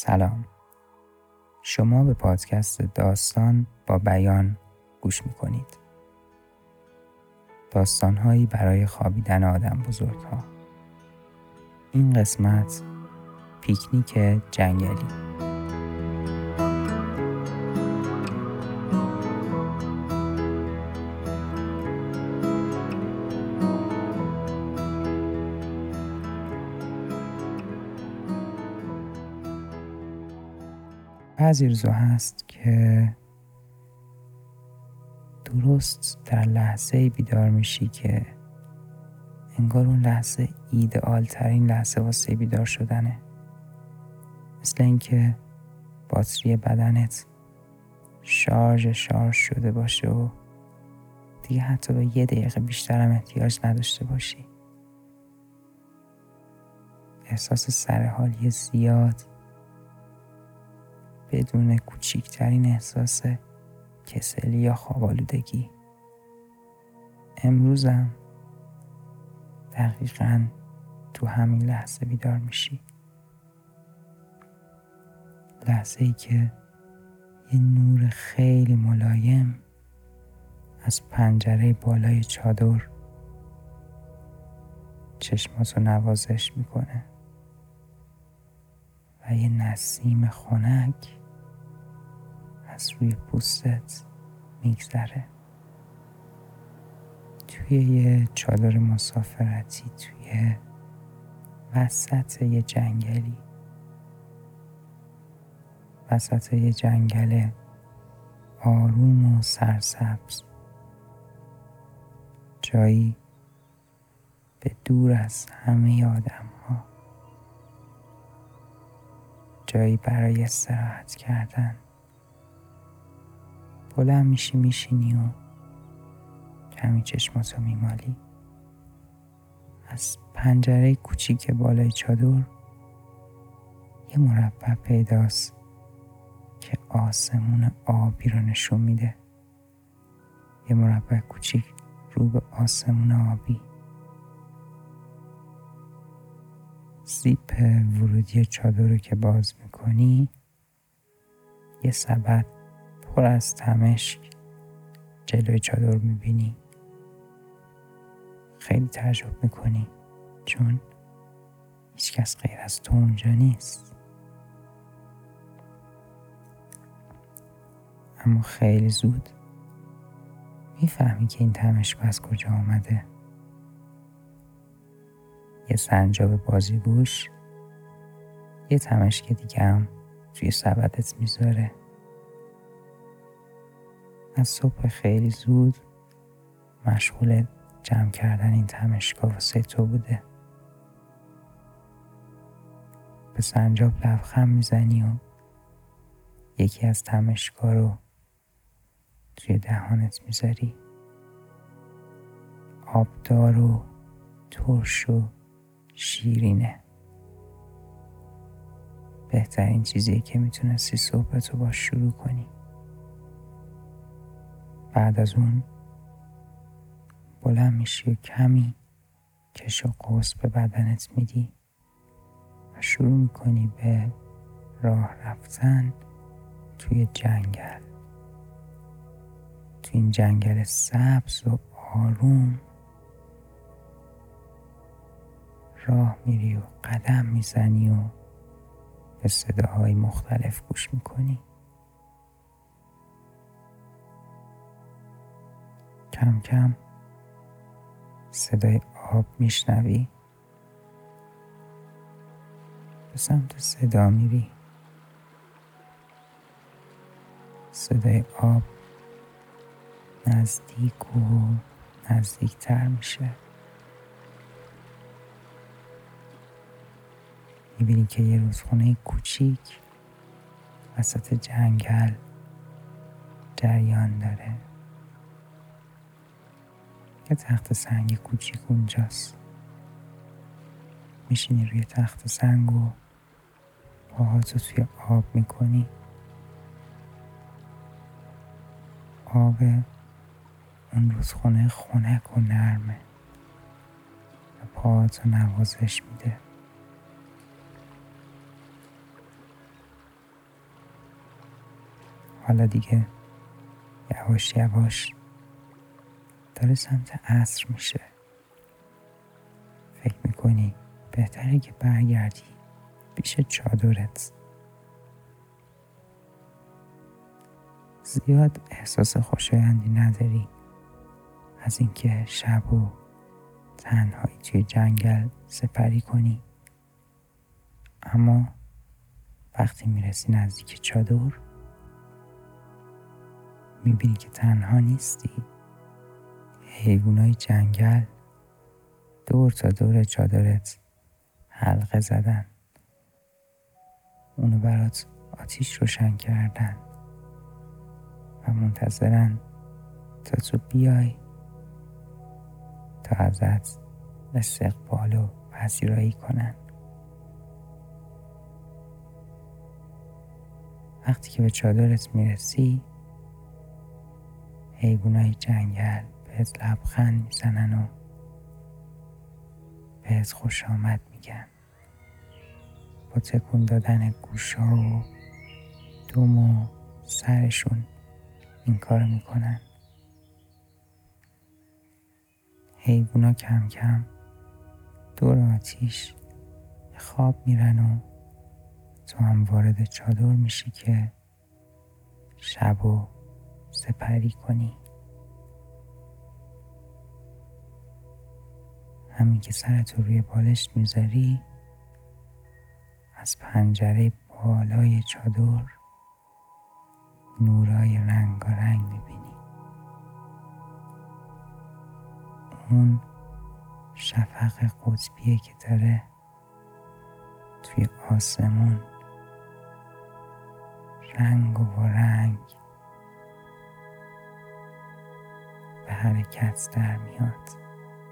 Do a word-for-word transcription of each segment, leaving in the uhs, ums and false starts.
سلام، شما به پادکست داستان با بیان گوش میکنید. داستانهایی برای خوابیدن آدم بزرگها. این قسمت پیکنیک جنگلی. بعضی روزا هست که درست در لحظه بیدار میشی که انگار اون لحظه ایدئال ترین لحظه واسه بیدار شدنه. مثل اینکه باتری بدنت شارژ شارژ شده باشه و دیگه حتی به یه دقیقه بیشتر هم احتیاج نداشته باشی. احساس سرحالی زیاد بدون کوچکترین احساس کسلی یا خواب‌آلودگی. امروزم دقیقاً تو همین لحظه بیدار میشی. لحظه ای که یه نور خیلی ملایم از پنجره بالای چادر چشماتو نوازش میکنه و یه نسیم خنک از روی پوستت میگذره. توی یه چادر مسافرتی توی وسط یه جنگلی، وسط یه جنگل آروم و سرسبز، جایی به دور از همه آدم ها، جایی برای استراحت کردن. بلند میشی میشینی و کمی چشماتو میمالی. از پنجره کوچیک بالای چادر یه مربع پیداست که آسمون آبی رو نشون میده. یه مربع کوچیک رو به آسمون آبی. زیپ ورودی چادر رو که باز میکنی یه سبد پر از تمشک جلوی چادر میبینی. خیلی تعجب میکنی چون هیچ کس غیر از تو اونجا نیست. اما خیلی زود میفهمی که این تمشک از کجا آمده. یه سنجاب بازیگوش یه تمشک دیگه هم توی سبدت میذاره. از صبح خیلی زود مشغول جمع کردن این تمشکا واسه تو بوده. به سنجاب لبخند میزنی و یکی از تمشکا رو توی دهانت میذاری. آبدار و ترش و شیرینه. بهترین چیزیه که میتونستی صبحتو باش شروع کنی. بعد از اون بلند میشی و کمی کش و قوس به بدنت میدی و شروع میکنی به راه رفتن توی جنگل. توی این جنگل سبز و آروم راه میری و قدم میزنی و به صداهای مختلف گوش میکنی. کم کم صدای آب میشنوی. به سمت صدا میری. صدای آب نزدیک و نزدیکتر میشه. میبینی که یه رودخونه کوچیک وسط جنگل جریان داره. یه تخت سنگ کوچیک اونجاست. میشینی روی تخت سنگ و پاهاتو توی آب میکنی. آب اون رودخونه خنک و نرمه و پاهاتو نوازش میده. حالا دیگه یواش یواش داره سمت عصر میشه. فکر میکنی بهتره که برگردی پیش چادرت. زیاد احساس خوشایندی نداری از اینکه شب و تنهایی توی جنگل سپری کنی، اما وقتی میرسی نزدیک چادر میبینی که تنها نیستی. حیوانای جنگل دور تا دور چادرت حلقه زدن، اونو برات آتیش روشن کردن و منتظرن تا تو بیای تا ازت استقبال و پذیرایی کنن. وقتی که به چادرت میرسی حیوانای جنگل بهت لبخند میزنن و بهت خوش آمد میگن. با تکون دادن گوشا و دم و سرشون این کار میکنن. حیوونا کم کم دور آتیش خواب میرن و تو هم وارد چادر میشی که شبو سپری کنی. همین که سرت روی بالش میذاری از پنجره بالای چادر نورای رنگارنگ میبینی. اون شفق قطبیه که داره توی آسمون رنگ و رنگ به حرکت در میاد.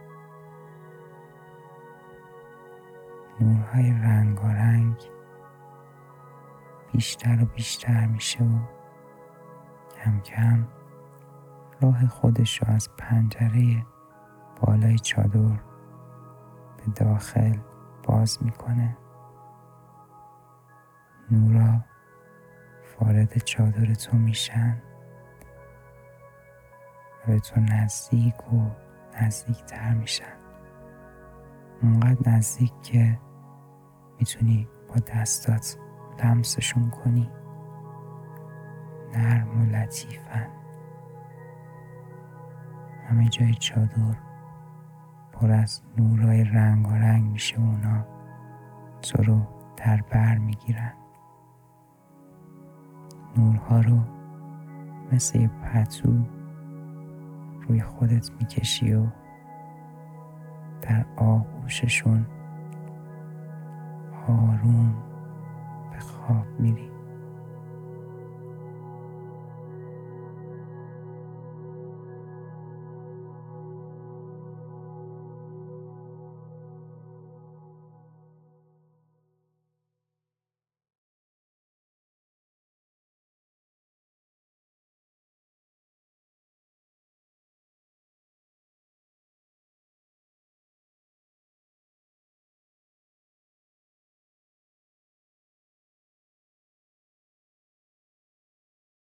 نورهای رنگارنگ بیشتر و بیشتر میشه و کم کم راه خودش رو از پنجره بالای چادر به داخل باز میکنه. نورا وارد چادر تو میشن و به تو نزدیک و نزدیک تر میشن. اونقدر نزدیک که میتونی با دستات لمسشون کنی. نرم و لطیفن. همه جای چادر پر از نورای رنگارنگ میشه. اونا تو رو در بر میگیرن. نورها رو مثل یه پتو روی خودت میکشی و در آغوششون آروم به خواب میری.